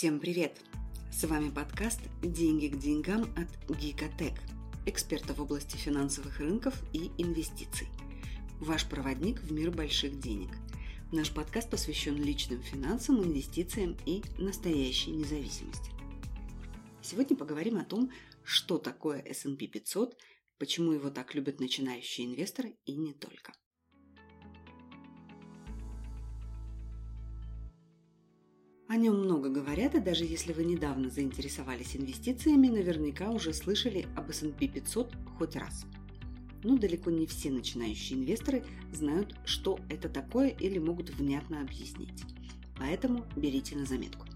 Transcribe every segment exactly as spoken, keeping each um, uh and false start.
Всем привет! С вами подкаст «Деньги к деньгам» от Гикотек, эксперта в области финансовых рынков и инвестиций. Ваш проводник в мир больших денег. Наш подкаст посвящен личным финансам, инвестициям и настоящей независимости. Сегодня поговорим о том, что такое эс энд пи пятьсот, почему его так любят начинающие инвесторы и не только. О нем много говорят, и даже если вы недавно заинтересовались инвестициями, наверняка уже слышали об эс энд пи пятьсот хоть раз. Но далеко не все начинающие инвесторы знают, что это такое или могут внятно объяснить. Поэтому берите на заметку.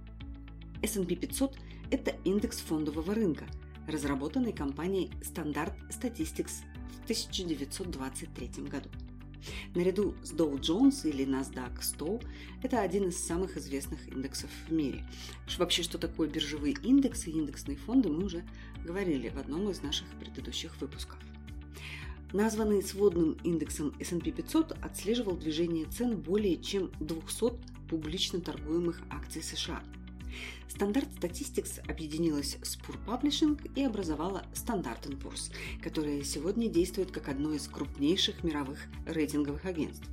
эс энд пи пятьсот – это индекс фондового рынка, разработанный компанией Standard Statistics в тысяча девятьсот двадцать третьем году. Наряду с Dow Jones или NASDAQ сто это один из самых известных индексов в мире. Вообще, что такое биржевые индексы и индексные фонды, мы уже говорили в одном из наших предыдущих выпусков. Названный сводным индексом эс энд пи пятьсот отслеживал движение цен более чем двухсот публично торгуемых акций США. Standard Statistics объединилась с Pure Publishing и образовала Standard энд Poor's, которое сегодня действует как одно из крупнейших мировых рейтинговых агентств.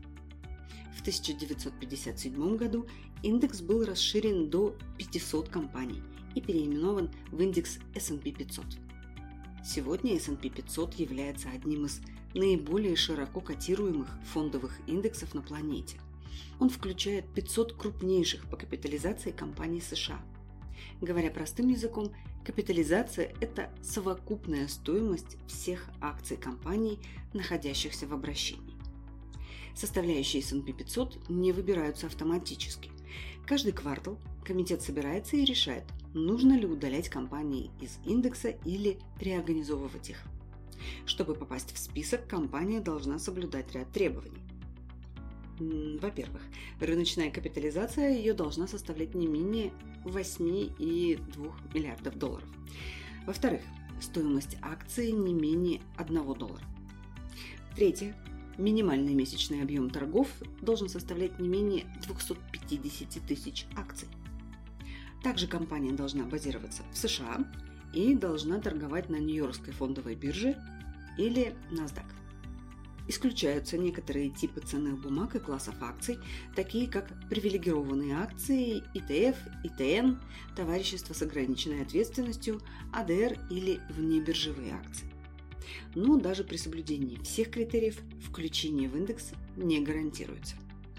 В тысяча девятьсот пятьдесят седьмом году индекс был расширен до пятисот компаний и переименован в индекс эс энд пи пятьсот. Сегодня эс энд пи пятьсот является одним из наиболее широко котируемых фондовых индексов на планете. Он включает пятьсот крупнейших по капитализации компаний США. Говоря простым языком, капитализация – это совокупная стоимость всех акций компаний, находящихся в обращении. Составляющие эс энд пи пятьсот не выбираются автоматически. Каждый квартал комитет собирается и решает, нужно ли удалять компании из индекса или реорганизовывать их. Чтобы попасть в список, компания должна соблюдать ряд требований. Во-первых, рыночная капитализация ее должна составлять не менее восемь целых две десятых миллиардов долларов. Во-вторых, стоимость акции не менее одного доллара. В-третьих, минимальный месячный объем торгов должен составлять не менее двести пятьдесят тысяч акций. Также компания должна базироваться в США и должна торговать на Нью-Йоркской фондовой бирже или NASDAQ. Исключаются некоторые типы ценных бумаг и классов акций, такие как привилегированные акции, и тэ эф, и тэ эн, товарищества с ограниченной ответственностью, а дэ эр или внебиржевые акции. Но даже при соблюдении всех критериев включение в индекс не гарантируется.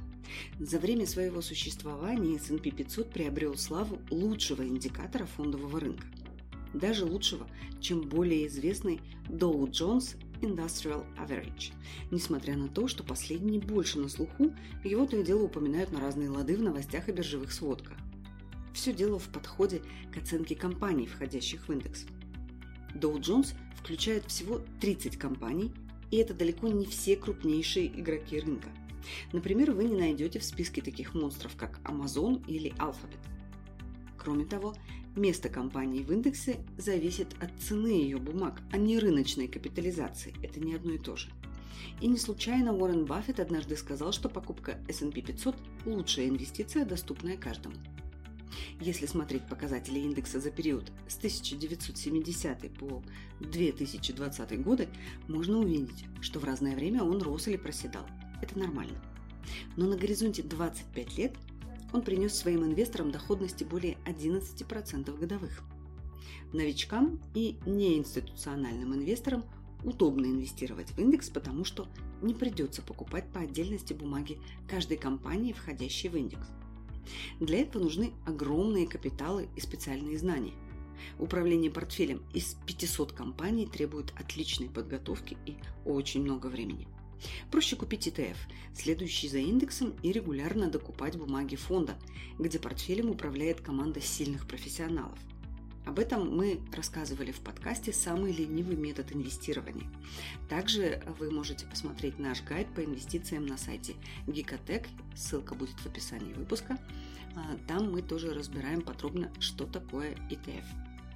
За время своего существования эс энд пи пятьсот приобрел славу лучшего индикатора фондового рынка. Даже лучшего, чем более известный Dow Jones Industrial Average, несмотря на то, что последний больше на слуху, его то и дело упоминают на разные лады в новостях и биржевых сводках. Все дело в подходе к оценке компаний, входящих в индекс. Dow Jones включает всего тридцать компаний, и это далеко не все крупнейшие игроки рынка. Например, вы не найдете в списке таких монстров, как Amazon или Alphabet. Кроме того, место компании в индексе зависит от цены ее бумаг, а не рыночной капитализации. Это не одно и то же. И не случайно Уоррен Баффет однажды сказал, что покупка эс энд пи пятьсот – лучшая инвестиция, доступная каждому. Если смотреть показатели индекса за период с тысяча девятьсот семидесятого по две тысячи двадцатый годы, можно увидеть, что в разное время он рос или проседал. Это нормально. Но на горизонте двадцать пять лет он принес своим инвесторам доходности более одиннадцать процентов годовых. Новичкам и неинституциональным инвесторам удобно инвестировать в индекс, потому что не придется покупать по отдельности бумаги каждой компании, входящей в индекс. Для этого нужны огромные капиталы и специальные знания. Управление портфелем из пятисот компаний требует отличной подготовки и очень много времени. Проще купить и тэ эф, следующий за индексом, и регулярно докупать бумаги фонда, где портфелем управляет команда сильных профессионалов. Об этом мы рассказывали в подкасте «Самый ленивый метод инвестирования». Также вы можете посмотреть наш гайд по инвестициям на сайте Гикотек, ссылка будет в описании выпуска. Там мы тоже разбираем подробно, что такое и тэ эф.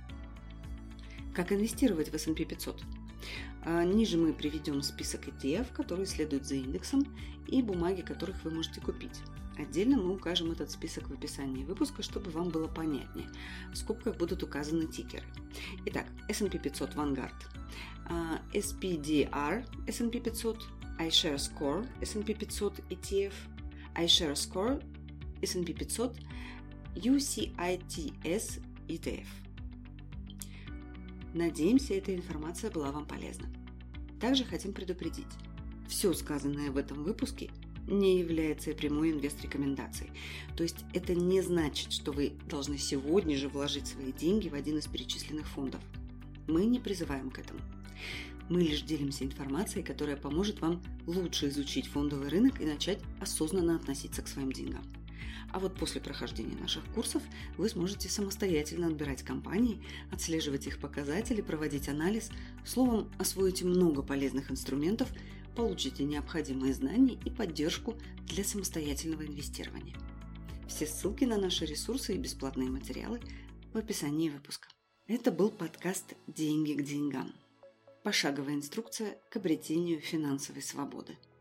Как инвестировать в эс энд пи пятьсот? Ниже мы приведем список и тэ эф, которые следуют за индексом, и бумаги, которых вы можете купить. Отдельно мы укажем этот список в описании выпуска, чтобы вам было понятнее. В скобках будут указаны тикеры. Итак, эс энд пи пятьсот Vanguard, эс пи ди ар эс энд пи пятьсот, iShares Core эс энд пи пятьсот и ти эф, iShares Core эс энд пи пятьсот, ю си ай ти эс и ти эф. Надеемся, эта информация была вам полезна. Также хотим предупредить. Все сказанное в этом выпуске не является прямой инвест-рекомендацией. То есть это не значит, что вы должны сегодня же вложить свои деньги в один из перечисленных фондов. Мы не призываем к этому. Мы лишь делимся информацией, которая поможет вам лучше изучить фондовый рынок и начать осознанно относиться к своим деньгам. А вот после прохождения наших курсов вы сможете самостоятельно отбирать компании, отслеживать их показатели, проводить анализ, словом, освоите много полезных инструментов, получите необходимые знания и поддержку для самостоятельного инвестирования. Все ссылки на наши ресурсы и бесплатные материалы в описании выпуска. Это был подкаст «Деньги к деньгам». Пошаговая инструкция к обретению финансовой свободы.